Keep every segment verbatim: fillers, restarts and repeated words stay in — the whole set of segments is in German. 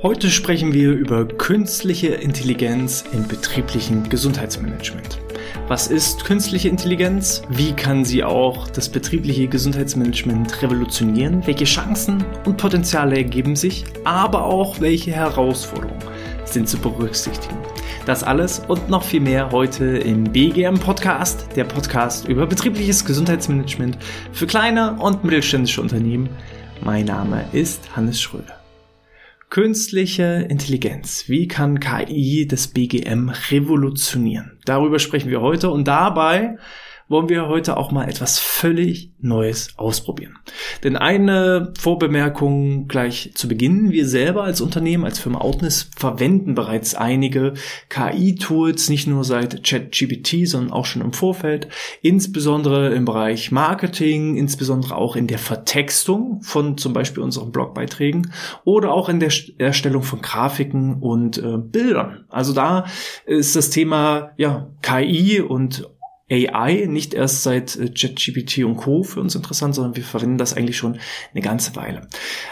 Heute sprechen wir über künstliche Intelligenz im betrieblichen Gesundheitsmanagement. Was ist künstliche Intelligenz? Wie kann sie auch das betriebliche Gesundheitsmanagement revolutionieren? Welche Chancen und Potenziale ergeben sich? Aber auch welche Herausforderungen sind zu berücksichtigen? Das alles und noch viel mehr heute im B G M-Podcast, der Podcast über betriebliches Gesundheitsmanagement für kleine und mittelständische Unternehmen. Mein Name ist Hannes Schröder. Künstliche Intelligenz. Wie kann K I das B G M revolutionieren? Darüber sprechen wir heute und dabei wollen wir heute auch mal etwas völlig Neues ausprobieren. Denn eine Vorbemerkung gleich zu Beginn. Wir selber als Unternehmen, als Firma Outness verwenden bereits einige K I-Tools, nicht nur seit ChatGPT, sondern auch schon im Vorfeld, insbesondere im Bereich Marketing, insbesondere auch in der Vertextung von zum Beispiel unseren Blogbeiträgen oder auch in der Erstellung von Grafiken und äh, Bildern. Also da ist das Thema ja K I und A I nicht erst seit ChatGPT und Co. für uns interessant, sondern wir verwenden das eigentlich schon eine ganze Weile.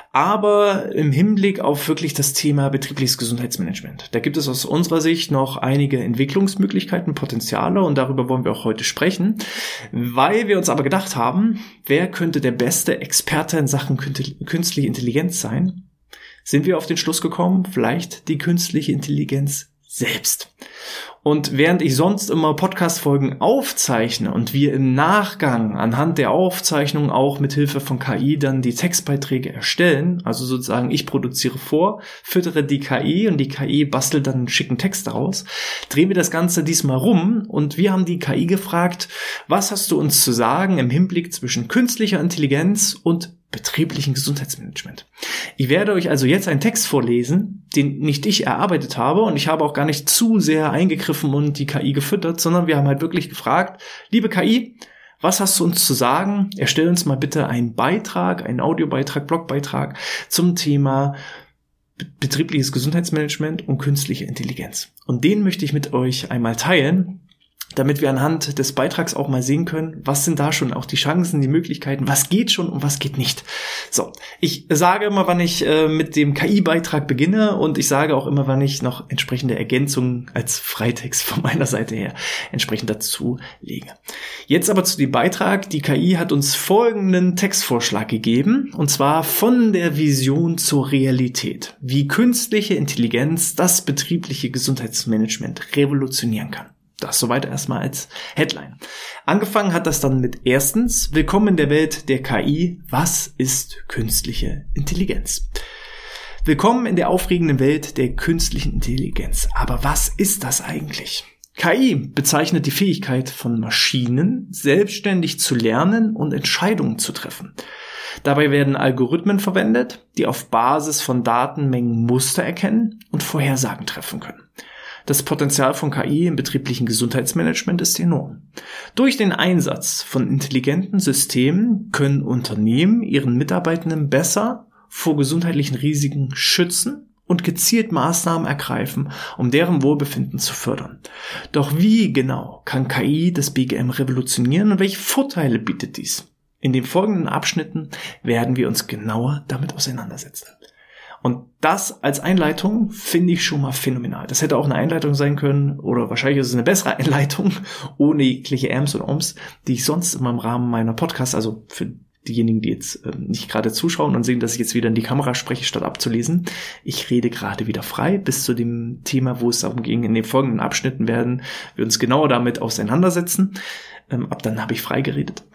Aber im Hinblick auf wirklich das Thema betriebliches Gesundheitsmanagement, da gibt es aus unserer Sicht noch einige Entwicklungsmöglichkeiten, Potenziale und darüber wollen wir auch heute sprechen, weil wir uns aber gedacht haben, wer könnte der beste Experte in Sachen künstliche Intelligenz sein? Sind wir auf den Schluss gekommen, vielleicht die künstliche Intelligenz selbst. Und während ich sonst immer Podcast-Folgen aufzeichne und wir im Nachgang anhand der Aufzeichnung auch mit Hilfe von K I dann die Textbeiträge erstellen, also sozusagen ich produziere vor, füttere die K I und die K I bastelt dann einen schicken Text daraus, drehen wir das Ganze diesmal rum und wir haben die K I gefragt, was hast du uns zu sagen im Hinblick zwischen künstlicher Intelligenz und betrieblichen Gesundheitsmanagement. Ich werde euch also jetzt einen Text vorlesen, den nicht ich erarbeitet habe und ich habe auch gar nicht zu sehr eingegriffen und die K I gefüttert, sondern wir haben halt wirklich gefragt, liebe K I, was hast du uns zu sagen? Erstell uns mal bitte einen Beitrag, einen Audiobeitrag, Blogbeitrag zum Thema betriebliches Gesundheitsmanagement und künstliche Intelligenz. Und den möchte ich mit euch einmal teilen, damit wir anhand des Beitrags auch mal sehen können, was sind da schon auch die Chancen, die Möglichkeiten, was geht schon und was geht nicht. So, ich sage immer, wann ich äh, mit dem K I-Beitrag beginne und ich sage auch immer, wann ich noch entsprechende Ergänzungen als Freitext von meiner Seite her entsprechend dazu lege. Jetzt aber zu dem Beitrag. Die K I hat uns folgenden Textvorschlag gegeben, und zwar von der Vision zur Realität, wie künstliche Intelligenz das betriebliche Gesundheitsmanagement revolutionieren kann. Das soweit erstmal als Headline. Angefangen hat das dann mit erstens, willkommen in der Welt der K I. Was ist künstliche Intelligenz? Willkommen in der aufregenden Welt der künstlichen Intelligenz. Aber was ist das eigentlich? K I bezeichnet die Fähigkeit von Maschinen, selbstständig zu lernen und Entscheidungen zu treffen. Dabei werden Algorithmen verwendet, die auf Basis von Datenmengen Muster erkennen und Vorhersagen treffen können. Das Potenzial von K I im betrieblichen Gesundheitsmanagement ist enorm. Durch den Einsatz von intelligenten Systemen können Unternehmen ihren Mitarbeitenden besser vor gesundheitlichen Risiken schützen und gezielt Maßnahmen ergreifen, um deren Wohlbefinden zu fördern. Doch wie genau kann K I das B G M revolutionieren und welche Vorteile bietet dies? In den folgenden Abschnitten werden wir uns genauer damit auseinandersetzen. Und das als Einleitung finde ich schon mal phänomenal. Das hätte auch eine Einleitung sein können oder wahrscheinlich ist es eine bessere Einleitung ohne jegliche Äms und Oms, die ich sonst immer im Rahmen meiner Podcasts, also für diejenigen, die jetzt äh, nicht gerade zuschauen und sehen, dass ich jetzt wieder in die Kamera spreche, statt abzulesen. Ich rede gerade wieder frei bis zu dem Thema, wo es darum ging. In den folgenden Abschnitten werden wir uns genauer damit auseinandersetzen. Ähm, ab dann habe ich frei geredet.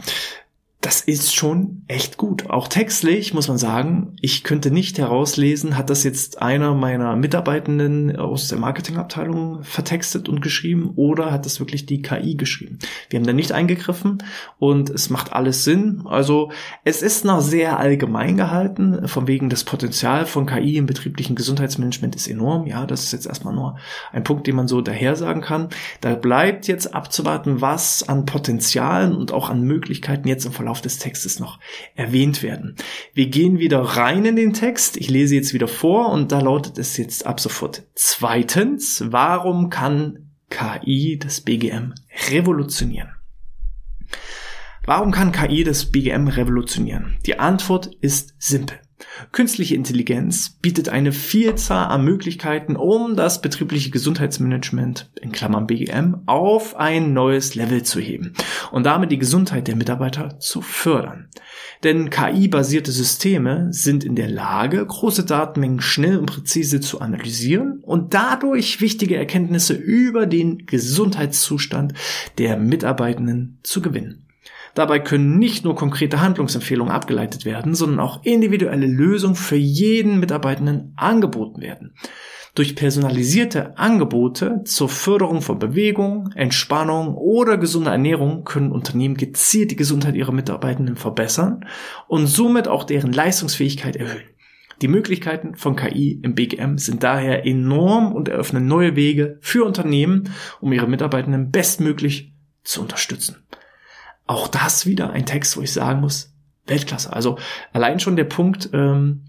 Das ist schon echt gut. Auch textlich muss man sagen, ich könnte nicht herauslesen, hat das jetzt einer meiner Mitarbeitenden aus der Marketingabteilung vertextet und geschrieben oder hat das wirklich die K I geschrieben. Wir haben da nicht eingegriffen und es macht alles Sinn. Also es ist noch sehr allgemein gehalten, von wegen das Potenzial von K I im betrieblichen Gesundheitsmanagement ist enorm. Ja, das ist jetzt erstmal nur ein Punkt, den man so daher sagen kann. Da bleibt jetzt abzuwarten, was an Potenzialen und auch an Möglichkeiten jetzt im Verlauf des Textes noch erwähnt werden. Wir gehen wieder rein in den Text. Ich lese jetzt wieder vor und da lautet es jetzt ab sofort. Zweitens, warum kann K I das B G M revolutionieren? Warum kann K I das B G M revolutionieren? Die Antwort ist simpel. Künstliche Intelligenz bietet eine Vielzahl an Möglichkeiten, um das betriebliche Gesundheitsmanagement, in Klammern B G M, auf ein neues Level zu heben und damit die Gesundheit der Mitarbeiter zu fördern. Denn K I-basierte Systeme sind in der Lage, große Datenmengen schnell und präzise zu analysieren und dadurch wichtige Erkenntnisse über den Gesundheitszustand der Mitarbeitenden zu gewinnen. Dabei können nicht nur konkrete Handlungsempfehlungen abgeleitet werden, sondern auch individuelle Lösungen für jeden Mitarbeitenden angeboten werden. Durch personalisierte Angebote zur Förderung von Bewegung, Entspannung oder gesunder Ernährung können Unternehmen gezielt die Gesundheit ihrer Mitarbeitenden verbessern und somit auch deren Leistungsfähigkeit erhöhen. Die Möglichkeiten von K I im B G M sind daher enorm und eröffnen neue Wege für Unternehmen, um ihre Mitarbeitenden bestmöglich zu unterstützen. Auch das wieder ein Text, wo ich sagen muss, Weltklasse. Also allein schon der Punkt, ähm,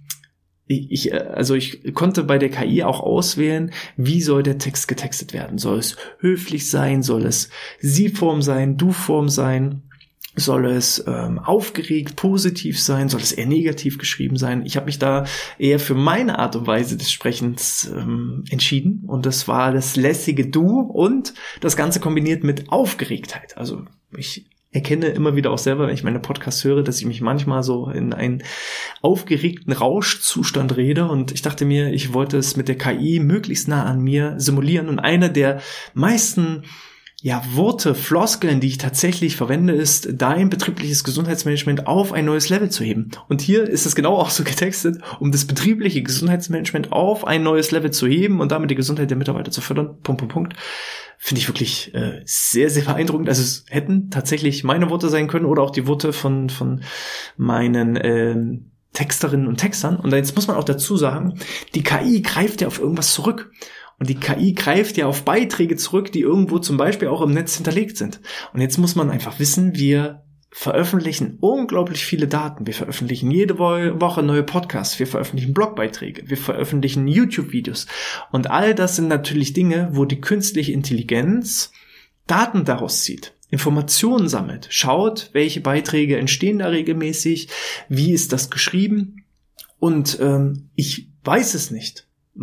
ich, also ich konnte bei der K I auch auswählen, wie soll der Text getextet werden. Soll es höflich sein? Soll es Sie-Form sein? Du-Form sein? Soll es ähm, aufgeregt, positiv sein? Soll es eher negativ geschrieben sein? Ich habe mich da eher für meine Art und Weise des Sprechens ähm, entschieden. Und das war das lässige Du und das Ganze kombiniert mit Aufgeregtheit. Also ich erkenne immer wieder auch selber, wenn ich meine Podcasts höre, dass ich mich manchmal so in einen aufgeregten Rauschzustand rede und ich dachte mir, ich wollte es mit der K I möglichst nah an mir simulieren und eine der meisten ja, Worte, Floskeln, die ich tatsächlich verwende, ist, dein betriebliches Gesundheitsmanagement auf ein neues Level zu heben. Und hier ist es genau auch so getextet, um das betriebliche Gesundheitsmanagement auf ein neues Level zu heben und damit die Gesundheit der Mitarbeiter zu fördern. Punkt, Punkt, Punkt. Finde ich wirklich äh, sehr, sehr beeindruckend. Also es hätten tatsächlich meine Worte sein können oder auch die Worte von von meinen äh, Texterinnen und Textern. Und jetzt muss man auch dazu sagen, die K I greift ja auf irgendwas zurück. Und die K I greift ja auf Beiträge zurück, die irgendwo zum Beispiel auch im Netz hinterlegt sind. Und jetzt muss man einfach wissen, wir veröffentlichen unglaublich viele Daten. Wir veröffentlichen jede Woche neue Podcasts. Wir veröffentlichen Blogbeiträge. Wir veröffentlichen YouTube-Videos. Und all das sind natürlich Dinge, wo die künstliche Intelligenz Daten daraus zieht, Informationen sammelt, schaut, welche Beiträge entstehen da regelmäßig, wie ist das geschrieben. Und ähm, ich weiß es nicht.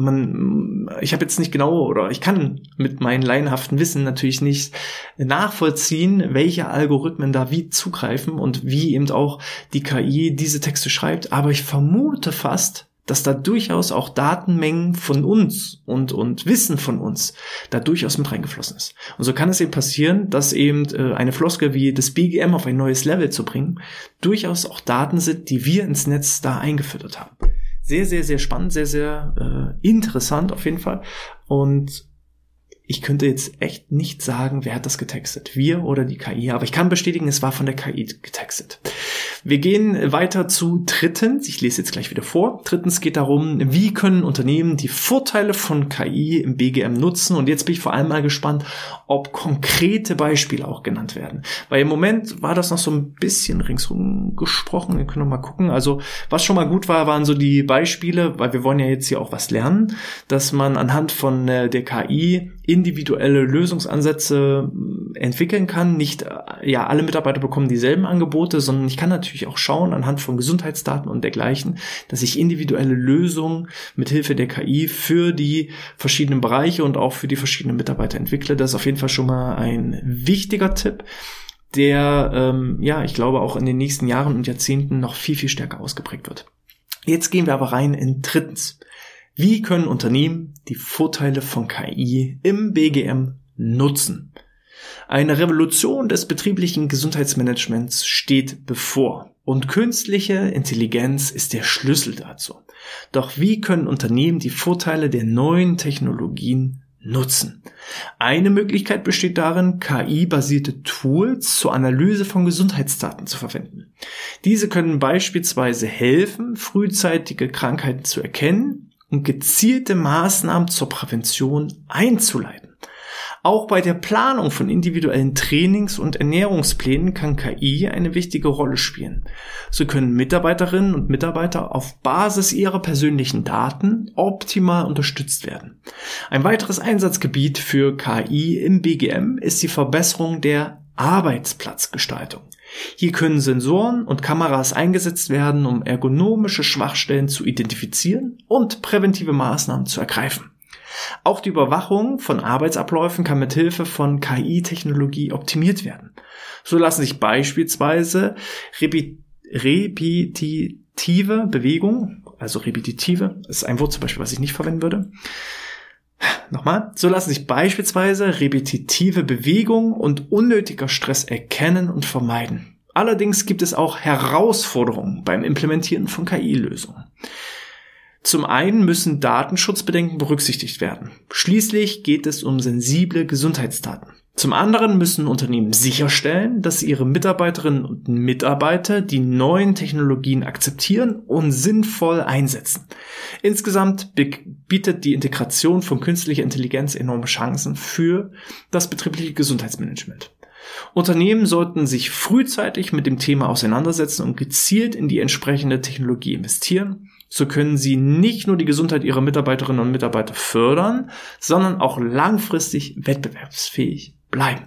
Man, ich habe jetzt nicht genau oder ich kann mit meinem laienhaften Wissen natürlich nicht nachvollziehen, welche Algorithmen da wie zugreifen und wie eben auch die K I diese Texte schreibt, aber ich vermute fast, dass da durchaus auch Datenmengen von uns und und Wissen von uns da durchaus mit reingeflossen ist. Und so kann es eben passieren, dass eben äh, eine Floskel wie das B G M auf ein neues Level zu bringen, durchaus auch Daten sind, die wir ins Netz da eingefüttert haben. Sehr, sehr, sehr spannend, sehr, sehr äh, interessant auf jeden Fall. Und ich könnte jetzt echt nicht sagen, wer hat das getextet, wir oder die K I. Aber ich kann bestätigen, es war von der K I getextet. Wir gehen weiter zu drittens. Ich lese jetzt gleich wieder vor. Drittens geht darum, wie können Unternehmen die Vorteile von K I im B G M nutzen? Und jetzt bin ich vor allem mal gespannt, ob konkrete Beispiele auch genannt werden. Weil im Moment war das noch so ein bisschen ringsum gesprochen. Wir können noch mal gucken. Also was schon mal gut war, waren so die Beispiele, weil wir wollen ja jetzt hier auch was lernen, dass man anhand von äh, der K I individuelle Lösungsansätze entwickeln kann. Nicht ja alle Mitarbeiter bekommen dieselben Angebote, sondern ich kann natürlich auch schauen anhand von Gesundheitsdaten und dergleichen, dass ich individuelle Lösungen mit Hilfe der K I für die verschiedenen Bereiche und auch für die verschiedenen Mitarbeiter entwickle. Das ist auf jeden Fall schon mal ein wichtiger Tipp, der ähm, ja ich glaube auch in den nächsten Jahren und Jahrzehnten noch viel, viel stärker ausgeprägt wird. Jetzt gehen wir aber rein in drittens. Wie können Unternehmen die Vorteile von K I im B G M nutzen? Eine Revolution des betrieblichen Gesundheitsmanagements steht bevor und künstliche Intelligenz ist der Schlüssel dazu. Doch wie können Unternehmen die Vorteile der neuen Technologien nutzen? Eine Möglichkeit besteht darin, K I-basierte Tools zur Analyse von Gesundheitsdaten zu verwenden. Diese können beispielsweise helfen, frühzeitige Krankheiten zu erkennen und gezielte Maßnahmen zur Prävention einzuleiten. Auch bei der Planung von individuellen Trainings- und Ernährungsplänen kann K I eine wichtige Rolle spielen. So können Mitarbeiterinnen und Mitarbeiter auf Basis ihrer persönlichen Daten optimal unterstützt werden. Ein weiteres Einsatzgebiet für K I im B G M ist die Verbesserung der Arbeitsplatzgestaltung. Hier können Sensoren und Kameras eingesetzt werden, um ergonomische Schwachstellen zu identifizieren und präventive Maßnahmen zu ergreifen. Auch die Überwachung von Arbeitsabläufen kann mit Hilfe von K I-Technologie optimiert werden. So lassen sich beispielsweise repi- repetitive Bewegung, also repetitive, ist ein Wort zum Beispiel, was ich nicht verwenden würde. Nochmal, so lassen sich beispielsweise repetitive Bewegung und unnötiger Stress erkennen und vermeiden. Allerdings gibt es auch Herausforderungen beim Implementieren von K I-Lösungen. Zum einen müssen Datenschutzbedenken berücksichtigt werden. Schließlich geht es um sensible Gesundheitsdaten. Zum anderen müssen Unternehmen sicherstellen, dass ihre Mitarbeiterinnen und Mitarbeiter die neuen Technologien akzeptieren und sinnvoll einsetzen. Insgesamt bietet die Integration von künstlicher Intelligenz enorme Chancen für das betriebliche Gesundheitsmanagement. Unternehmen sollten sich frühzeitig mit dem Thema auseinandersetzen und gezielt in die entsprechende Technologie investieren. So können sie nicht nur die Gesundheit ihrer Mitarbeiterinnen und Mitarbeiter fördern, sondern auch langfristig wettbewerbsfähig bleiben.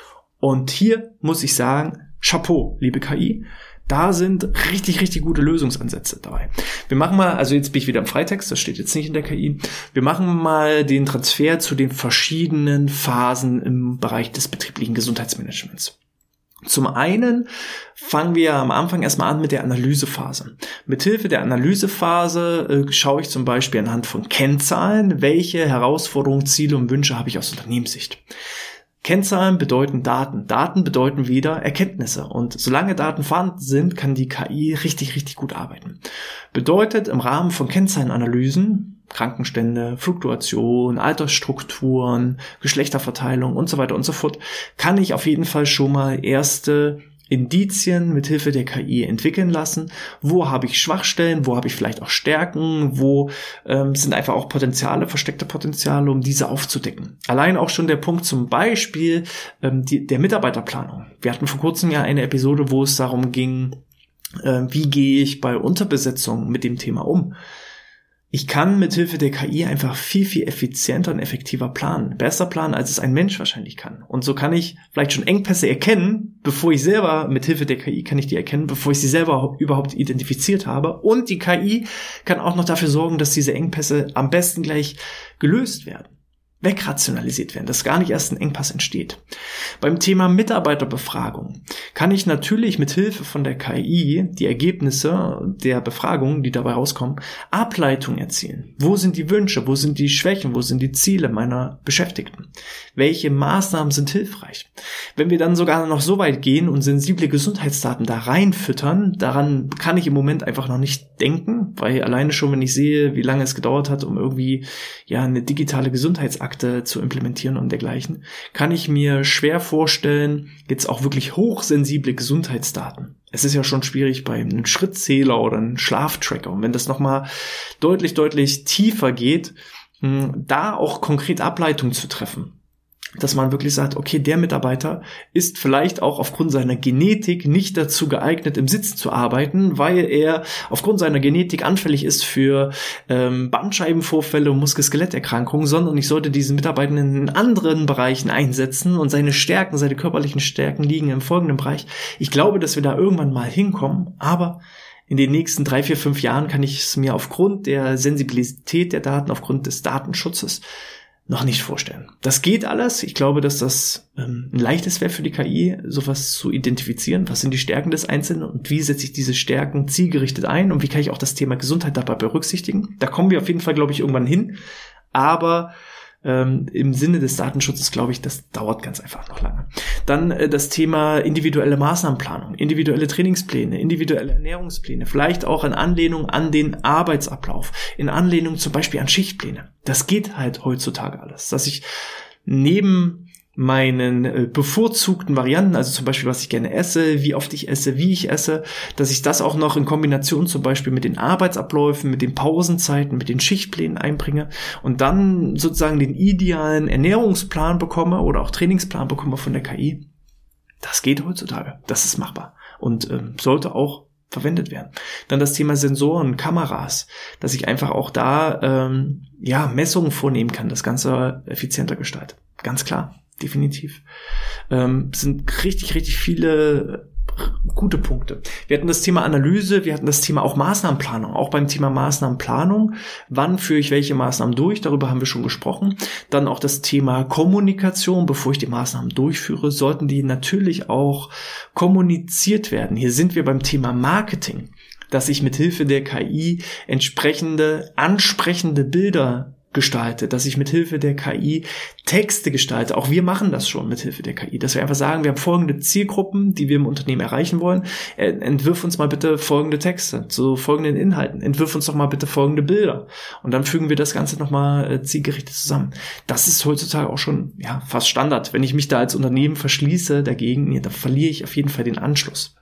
Und hier muss ich sagen, Chapeau, liebe K I, da sind richtig, richtig gute Lösungsansätze dabei. Wir machen mal, also jetzt bin ich wieder im Freitext, das steht jetzt nicht in der K I, wir machen mal den Transfer zu den verschiedenen Phasen im Bereich des betrieblichen Gesundheitsmanagements. Zum einen fangen wir am Anfang erstmal an mit der Analysephase. Mithilfe der Analysephase äh, schaue ich zum Beispiel anhand von Kennzahlen, welche Herausforderungen, Ziele und Wünsche habe ich aus Unternehmenssicht. Kennzahlen bedeuten Daten. Daten bedeuten wieder Erkenntnisse. Und solange Daten vorhanden sind, kann die K I richtig, richtig gut arbeiten. Bedeutet, im Rahmen von Kennzahlenanalysen, Krankenstände, Fluktuation, Altersstrukturen, Geschlechterverteilung und so weiter und so fort, kann ich auf jeden Fall schon mal erste Indizien mithilfe der K I entwickeln lassen. Wo habe ich Schwachstellen, wo habe ich vielleicht auch Stärken, wo ähm, sind einfach auch Potenziale, versteckte Potenziale, um diese aufzudecken. Allein auch schon der Punkt zum Beispiel ähm, die, der Mitarbeiterplanung. Wir hatten vor kurzem ja eine Episode, wo es darum ging, äh, wie gehe ich bei Unterbesetzung mit dem Thema um. Ich kann mithilfe der K I einfach viel, viel effizienter und effektiver planen. Besser planen, als es ein Mensch wahrscheinlich kann. Und so kann ich vielleicht schon Engpässe erkennen, bevor ich selber, mithilfe der K I kann ich die erkennen, bevor ich sie selber überhaupt identifiziert habe. Und die K I kann auch noch dafür sorgen, dass diese Engpässe am besten gleich gelöst werden, wegrationalisiert werden, dass gar nicht erst ein Engpass entsteht. Beim Thema Mitarbeiterbefragung kann ich natürlich mit Hilfe von der K I die Ergebnisse der Befragung, die dabei rauskommen, Ableitung erzielen. Wo sind die Wünsche, wo sind die Schwächen, wo sind die Ziele meiner Beschäftigten? Welche Maßnahmen sind hilfreich? Wenn wir dann sogar noch so weit gehen und sensible Gesundheitsdaten da reinfüttern, daran kann ich im Moment einfach noch nicht denken, weil alleine schon, wenn ich sehe, wie lange es gedauert hat, um irgendwie ja eine digitale Gesundheitsakte zu implementieren und dergleichen, kann ich mir schwer vorstellen, jetzt auch wirklich hochsensible Gesundheitsdaten. Es ist ja schon schwierig bei einem Schrittzähler oder einem Schlaftracker. Und wenn das nochmal deutlich, deutlich tiefer geht, da auch konkret Ableitung zu treffen. Dass man wirklich sagt, okay, der Mitarbeiter ist vielleicht auch aufgrund seiner Genetik nicht dazu geeignet, im Sitzen zu arbeiten, weil er aufgrund seiner Genetik anfällig ist für ähm, Bandscheibenvorfälle und Muskel-Skeletterkrankungen, sondern ich sollte diesen Mitarbeiter in anderen Bereichen einsetzen und seine Stärken, seine körperlichen Stärken liegen im folgenden Bereich. Ich glaube, dass wir da irgendwann mal hinkommen, aber in den nächsten drei, vier, fünf Jahren kann ich es mir aufgrund der Sensibilität der Daten, aufgrund des Datenschutzes noch nicht vorstellen. Das geht alles. Ich glaube, dass das ähm, ein leichtes wäre für die K I, sowas zu identifizieren. Was sind die Stärken des Einzelnen und wie setze ich diese Stärken zielgerichtet ein und wie kann ich auch das Thema Gesundheit dabei berücksichtigen? Da kommen wir auf jeden Fall, glaube ich, irgendwann hin. Aber ähm, im Sinne des Datenschutzes, glaube ich, das dauert ganz einfach noch lange. Dann äh, das Thema individuelle Maßnahmenplanung, individuelle Trainingspläne, individuelle Ernährungspläne, vielleicht auch in Anlehnung an den Arbeitsablauf, in Anlehnung zum Beispiel an Schichtpläne. Das geht halt heutzutage alles, dass ich neben meinen äh, bevorzugten Varianten, also zum Beispiel, was ich gerne esse, wie oft ich esse, wie ich esse, dass ich das auch noch in Kombination zum Beispiel mit den Arbeitsabläufen, mit den Pausenzeiten, mit den Schichtplänen einbringe und dann sozusagen den idealen Ernährungsplan bekomme oder auch Trainingsplan bekomme von der K I. Das geht heutzutage. Das ist machbar und ähm, sollte auch verwendet werden. Dann das Thema Sensoren, Kameras, dass ich einfach auch da ähm, ja Messungen vornehmen kann, das Ganze effizienter gestaltet. Ganz klar. Definitiv. Ähm, sind richtig, richtig viele gute Punkte. Wir hatten das Thema Analyse, wir hatten das Thema auch Maßnahmenplanung. Auch beim Thema Maßnahmenplanung, wann führe ich welche Maßnahmen durch, darüber haben wir schon gesprochen. Dann auch das Thema Kommunikation, bevor ich die Maßnahmen durchführe, sollten die natürlich auch kommuniziert werden. Hier sind wir beim Thema Marketing, dass ich mit Hilfe der K I entsprechende, ansprechende Bilder gestalte, dass ich mit Hilfe der K I Texte gestalte. Auch wir machen das schon mit Hilfe der K I, dass wir einfach sagen, wir haben folgende Zielgruppen, die wir im Unternehmen erreichen wollen. Entwirf uns mal bitte folgende Texte zu folgenden Inhalten. Entwirf uns doch mal bitte folgende Bilder. Und dann fügen wir das Ganze nochmal zielgerichtet zusammen. Das ist heutzutage auch schon ja fast Standard. Wenn ich mich da als Unternehmen verschließe dagegen, ja, dann verliere ich auf jeden Fall den Anschluss.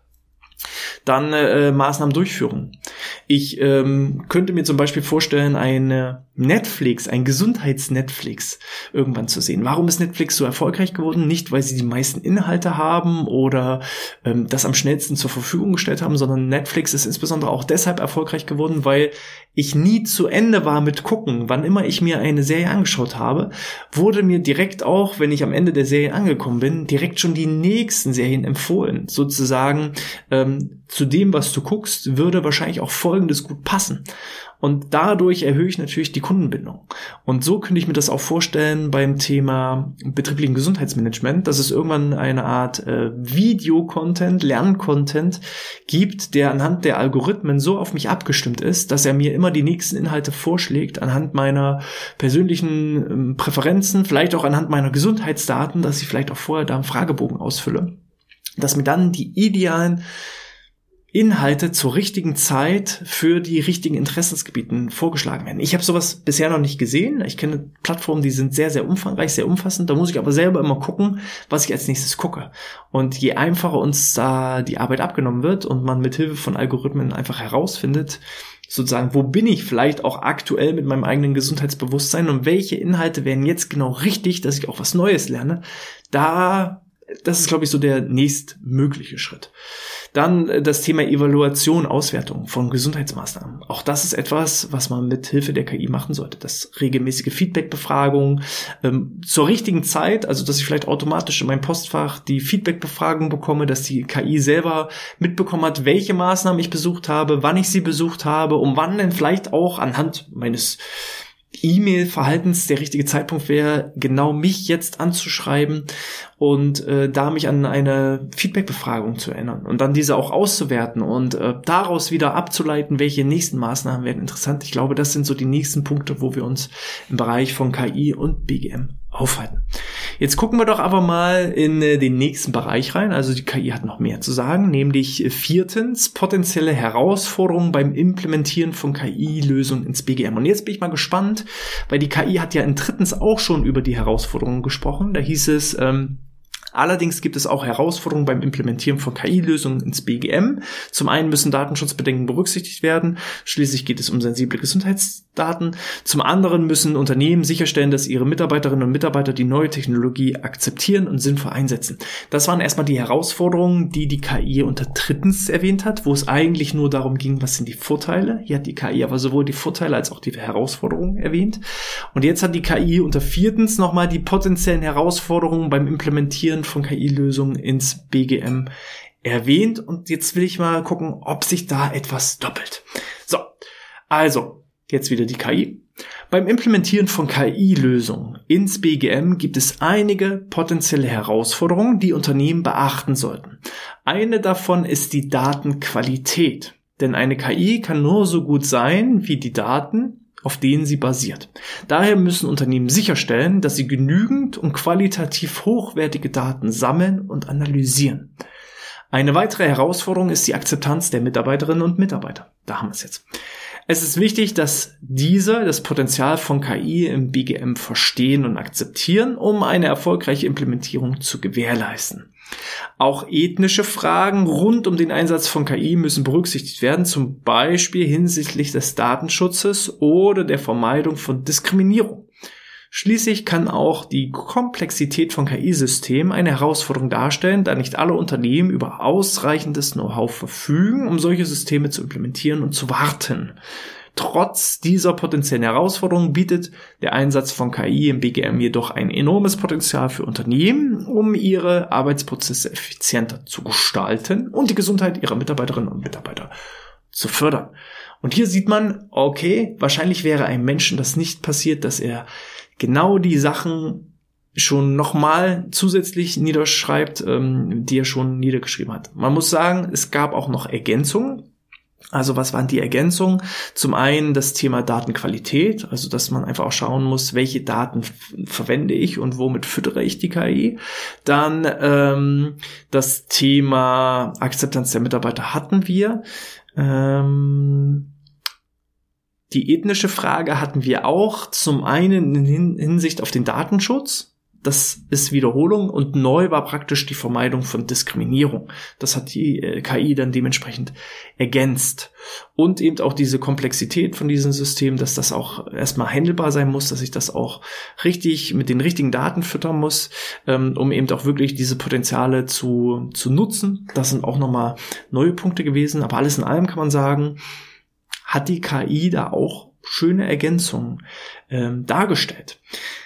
Dann äh, Maßnahmendurchführung. Ich ähm, könnte mir zum Beispiel vorstellen, eine Netflix, ein Gesundheits-Netflix irgendwann zu sehen. Warum ist Netflix so erfolgreich geworden? Nicht, weil sie die meisten Inhalte haben oder ähm, das am schnellsten zur Verfügung gestellt haben, sondern Netflix ist insbesondere auch deshalb erfolgreich geworden, weil ich nie zu Ende war mit gucken. Wann immer ich mir eine Serie angeschaut habe, wurde mir direkt auch, wenn ich am Ende der Serie angekommen bin, direkt schon die nächsten Serien empfohlen. Sozusagen ähm, zu dem, was du guckst, würde wahrscheinlich auch Folgendes gut passen. Und dadurch erhöhe ich natürlich die Kundenbindung. Und so könnte ich mir das auch vorstellen beim Thema betrieblichen Gesundheitsmanagement, dass es irgendwann eine Art äh, Video-Content, Lern-Content gibt, der anhand der Algorithmen so auf mich abgestimmt ist, dass er mir immer die nächsten Inhalte vorschlägt, anhand meiner persönlichen ähm, Präferenzen, vielleicht auch anhand meiner Gesundheitsdaten, dass ich vielleicht auch vorher da einen Fragebogen ausfülle, dass mir dann die idealen Inhalte zur richtigen Zeit für die richtigen Interessensgebieten vorgeschlagen werden. Ich habe sowas bisher noch nicht gesehen. Ich kenne Plattformen, die sind sehr, sehr umfangreich, sehr umfassend. Da muss ich aber selber immer gucken, was ich als nächstes gucke. Und je einfacher uns da die Arbeit abgenommen wird und man mit Hilfe von Algorithmen einfach herausfindet, sozusagen, wo bin ich vielleicht auch aktuell mit meinem eigenen Gesundheitsbewusstsein und welche Inhalte wären jetzt genau richtig, dass ich auch was Neues lerne, da, das ist, glaube ich, so der nächstmögliche Schritt. Dann das Thema Evaluation, Auswertung von Gesundheitsmaßnahmen. Auch das ist etwas, was man mit Hilfe der K I machen sollte. Das regelmäßige Feedbackbefragung ähm, zur richtigen Zeit, also dass ich vielleicht automatisch in meinem Postfach die Feedbackbefragung bekomme, dass die K I selber mitbekommen hat, welche Maßnahmen ich besucht habe, wann ich sie besucht habe, um wann denn vielleicht auch anhand meines E-Mail-Verhaltens der richtige Zeitpunkt wäre, genau mich jetzt anzuschreiben und äh, da mich an eine Feedback-Befragung zu erinnern und dann diese auch auszuwerten und äh, daraus wieder abzuleiten, welche nächsten Maßnahmen werden interessant. Ich glaube, das sind so die nächsten Punkte, wo wir uns im Bereich von K I und B G M aufhalten. Jetzt gucken wir doch aber mal in äh, den nächsten Bereich rein. Also die K I hat noch mehr zu sagen, nämlich äh, viertens potenzielle Herausforderungen beim Implementieren von K I-Lösungen ins B G M. Und jetzt bin ich mal gespannt, weil die K I hat ja in drittens auch schon über die Herausforderungen gesprochen. Da hieß es, ähm, allerdings gibt es auch Herausforderungen beim Implementieren von K I-Lösungen ins B G M. Zum einen müssen Datenschutzbedenken berücksichtigt werden. Schließlich geht es um sensible Gesundheitsdaten. Zum anderen müssen Unternehmen sicherstellen, dass ihre Mitarbeiterinnen und Mitarbeiter die neue Technologie akzeptieren und sinnvoll einsetzen. Das waren erstmal die Herausforderungen, die die K I unter drittens erwähnt hat, wo es eigentlich nur darum ging, was sind die Vorteile. Hier hat die K I aber sowohl die Vorteile als auch die Herausforderungen erwähnt. Und jetzt hat die K I unter viertens nochmal die potenziellen Herausforderungen beim Implementieren von K I-Lösungen ins B G M erwähnt. Und jetzt will ich mal gucken, ob sich da etwas doppelt. So, also, jetzt wieder die K I. Beim Implementieren von K I-Lösungen ins B G M gibt es einige potenzielle Herausforderungen, die Unternehmen beachten sollten. Eine davon ist die Datenqualität. Denn eine K I kann nur so gut sein wie die Daten, auf denen sie basiert. Daher müssen Unternehmen sicherstellen, dass sie genügend und qualitativ hochwertige Daten sammeln und analysieren. Eine weitere Herausforderung ist die Akzeptanz der Mitarbeiterinnen und Mitarbeiter. Da haben wir es jetzt. Es ist wichtig, dass diese das Potenzial von K I im B G M verstehen und akzeptieren, um eine erfolgreiche Implementierung zu gewährleisten. Auch ethnische Fragen rund um den Einsatz von K I müssen berücksichtigt werden, zum Beispiel hinsichtlich des Datenschutzes oder der Vermeidung von Diskriminierung. Schließlich kann auch die Komplexität von K I-Systemen eine Herausforderung darstellen, da nicht alle Unternehmen über ausreichendes Know-how verfügen, um solche Systeme zu implementieren und zu warten. Trotz dieser potenziellen Herausforderungen bietet der Einsatz von K I im B G M jedoch ein enormes Potenzial für Unternehmen, um ihre Arbeitsprozesse effizienter zu gestalten und die Gesundheit ihrer Mitarbeiterinnen und Mitarbeiter zu fördern. Und hier sieht man, okay, wahrscheinlich wäre einem Menschen das nicht passiert, dass er genau die Sachen schon nochmal zusätzlich niederschreibt, ähm, die er schon niedergeschrieben hat. Man muss sagen, es gab auch noch Ergänzungen. Also was waren die Ergänzungen? Zum einen das Thema Datenqualität, also dass man einfach auch schauen muss, welche Daten f- verwende ich und womit füttere ich die K I. Dann ähm, das Thema Akzeptanz der Mitarbeiter hatten wir. Ähm, die ethnische Frage hatten wir auch. Zum einen in Hinsicht auf den Datenschutz. Das ist Wiederholung und neu war praktisch die Vermeidung von Diskriminierung. Das hat die äh, K I dann dementsprechend ergänzt. Und eben auch diese Komplexität von diesem System, dass das auch erstmal handelbar sein muss, dass ich das auch richtig mit den richtigen Daten füttern muss, ähm, um eben auch wirklich diese Potenziale zu, zu nutzen. Das sind auch nochmal neue Punkte gewesen. Aber alles in allem kann man sagen, hat die K I da auch schöne Ergänzungen ähm, dargestellt.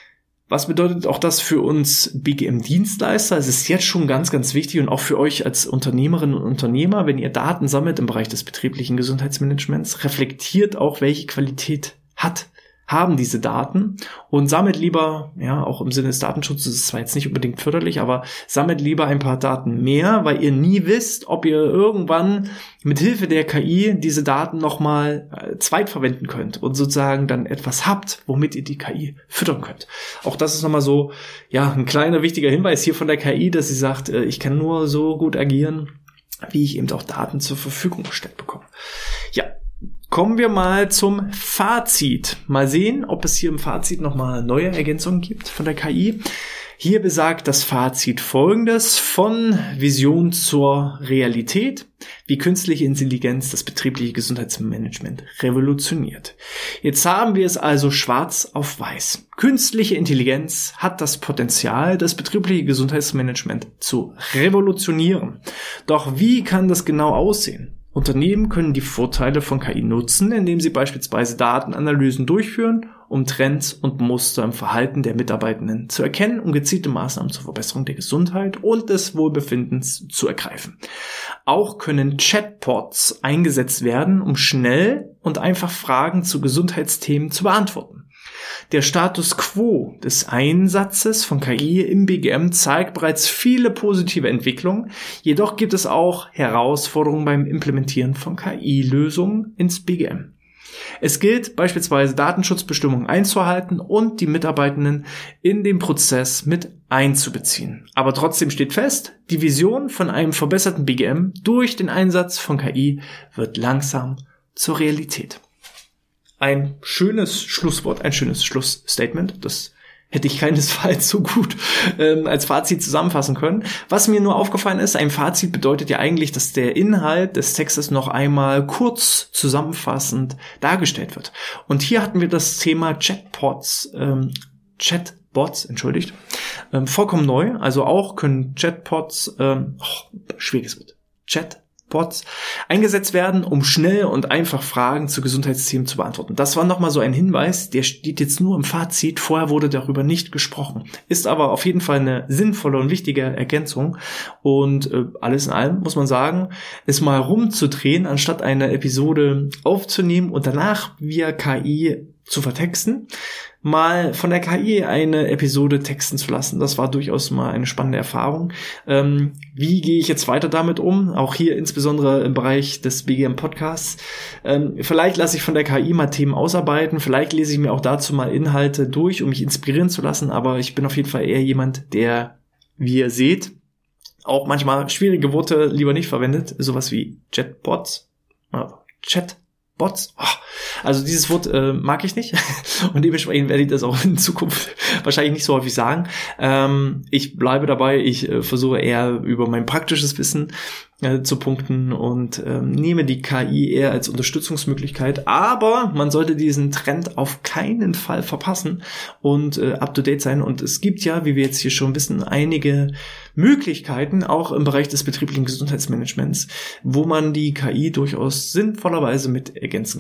Was bedeutet auch das für uns B G M-Dienstleister? Es ist jetzt schon ganz, ganz wichtig und auch für euch als Unternehmerinnen und Unternehmer, wenn ihr Daten sammelt im Bereich des betrieblichen Gesundheitsmanagements, reflektiert auch, welche Qualität hat, haben diese Daten und sammelt lieber, ja, auch im Sinne des Datenschutzes, ist zwar jetzt nicht unbedingt förderlich, aber sammelt lieber ein paar Daten mehr, weil ihr nie wisst, ob ihr irgendwann mit Hilfe der K I diese Daten nochmal äh, zweitverwenden könnt und sozusagen dann etwas habt, womit ihr die K I füttern könnt. Auch das ist nochmal so, ja, ein kleiner wichtiger Hinweis hier von der K I, dass sie sagt, äh, ich kann nur so gut agieren, wie ich eben auch Daten zur Verfügung gestellt bekomme. Ja. Kommen wir mal zum Fazit. Mal sehen, ob es hier im Fazit nochmal neue Ergänzungen gibt von der K I. Hier besagt das Fazit Folgendes: Von Vision zur Realität, wie künstliche Intelligenz das betriebliche Gesundheitsmanagement revolutioniert. Jetzt haben wir es also schwarz auf weiß. Künstliche Intelligenz hat das Potenzial, das betriebliche Gesundheitsmanagement zu revolutionieren. Doch wie kann das genau aussehen? Unternehmen können die Vorteile von K I nutzen, indem sie beispielsweise Datenanalysen durchführen, um Trends und Muster im Verhalten der Mitarbeitenden zu erkennen und gezielte Maßnahmen zur Verbesserung der Gesundheit und des Wohlbefindens zu ergreifen. Auch können Chatbots eingesetzt werden, um schnell und einfach Fragen zu Gesundheitsthemen zu beantworten. Der Status quo des Einsatzes von K I im B G M zeigt bereits viele positive Entwicklungen, jedoch gibt es auch Herausforderungen beim Implementieren von K I-Lösungen ins B G M. Es gilt beispielsweise Datenschutzbestimmungen einzuhalten und die Mitarbeitenden in den Prozess mit einzubeziehen. Aber trotzdem steht fest, die Vision von einem verbesserten B G M durch den Einsatz von K I wird langsam zur Realität. Ein schönes Schlusswort, ein schönes Schlussstatement. Das hätte ich keinesfalls so gut ähm, als Fazit zusammenfassen können. Was mir nur aufgefallen ist, ein Fazit bedeutet ja eigentlich, dass der Inhalt des Textes noch einmal kurz zusammenfassend dargestellt wird. Und hier hatten wir das Thema Chatbots, ähm, Chatbots, entschuldigt, ähm, vollkommen neu. Also auch können Chatbots, ähm, oh, schwieriges Wort, Chat Bots eingesetzt werden, um schnell und einfach Fragen zu Gesundheitsthemen zu beantworten. Das war nochmal so ein Hinweis, der steht jetzt nur im Fazit, vorher wurde darüber nicht gesprochen. Ist aber auf jeden Fall eine sinnvolle und wichtige Ergänzung und äh, alles in allem muss man sagen, es mal rumzudrehen, anstatt eine Episode aufzunehmen und danach via K I zu vertexten, mal von der K I eine Episode texten zu lassen. Das war durchaus mal eine spannende Erfahrung. Ähm, wie gehe ich jetzt weiter damit um? Auch hier insbesondere im Bereich des B G M-Podcasts. Ähm, vielleicht lasse ich von der K I mal Themen ausarbeiten. Vielleicht lese ich mir auch dazu mal Inhalte durch, um mich inspirieren zu lassen. Aber ich bin auf jeden Fall eher jemand, der, wie ihr seht, auch manchmal schwierige Worte lieber nicht verwendet. Sowas wie Chatbots. Äh, Chat. Bots, oh, also dieses Wort äh, mag ich nicht und dementsprechend werde ich das auch in Zukunft wahrscheinlich nicht so häufig sagen. Ähm, ich bleibe dabei, ich äh, versuche eher über mein praktisches Wissen äh, zu punkten und äh, nehme die K I eher als Unterstützungsmöglichkeit, aber man sollte diesen Trend auf keinen Fall verpassen und äh, up-to-date sein und es gibt ja, wie wir jetzt hier schon wissen, einige Möglichkeiten, auch im Bereich des betrieblichen Gesundheitsmanagements, wo man die K I durchaus sinnvollerweise mit ergänzen kann.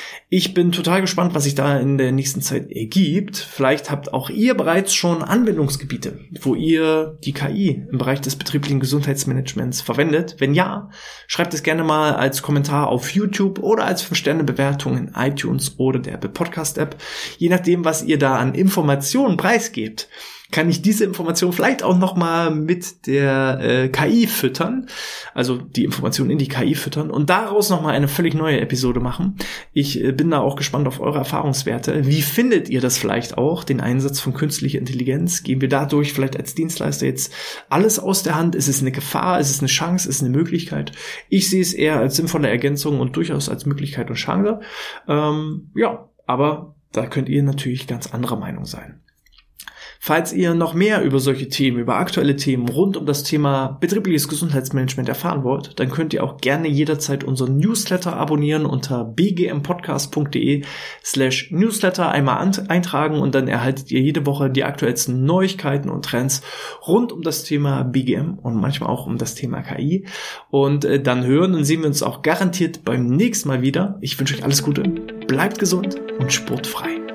Ich bin total gespannt, was sich da in der nächsten Zeit ergibt. Vielleicht habt auch ihr bereits schon Anwendungsgebiete, wo ihr die K I im Bereich des betrieblichen Gesundheitsmanagements verwendet. Wenn ja, schreibt es gerne mal als Kommentar auf YouTube oder als fünf Sterne Bewertung in iTunes oder der Apple Podcast App. Je nachdem, was ihr da an Informationen preisgebt, kann ich diese Information vielleicht auch nochmal mit der äh, K I füttern, also die Information in die K I füttern und daraus nochmal eine völlig neue Episode machen. Ich äh, bin da auch gespannt auf eure Erfahrungswerte. Wie findet ihr das vielleicht auch, den Einsatz von künstlicher Intelligenz? Gehen wir dadurch vielleicht als Dienstleister jetzt alles aus der Hand? Ist es eine Gefahr? Ist es eine Chance? Ist es eine Möglichkeit? Ich sehe es eher als sinnvolle Ergänzung und durchaus als Möglichkeit und Chance. Ähm, ja, aber da könnt ihr natürlich ganz anderer Meinung sein. Falls ihr noch mehr über solche Themen, über aktuelle Themen rund um das Thema betriebliches Gesundheitsmanagement erfahren wollt, dann könnt ihr auch gerne jederzeit unseren Newsletter abonnieren unter bgmpodcast.de slash Newsletter einmal eintragen und dann erhaltet ihr jede Woche die aktuellsten Neuigkeiten und Trends rund um das Thema B G M und manchmal auch um das Thema K I. Und äh, dann hören und sehen wir uns auch garantiert beim nächsten Mal wieder. Ich wünsche euch alles Gute, bleibt gesund und sportfrei.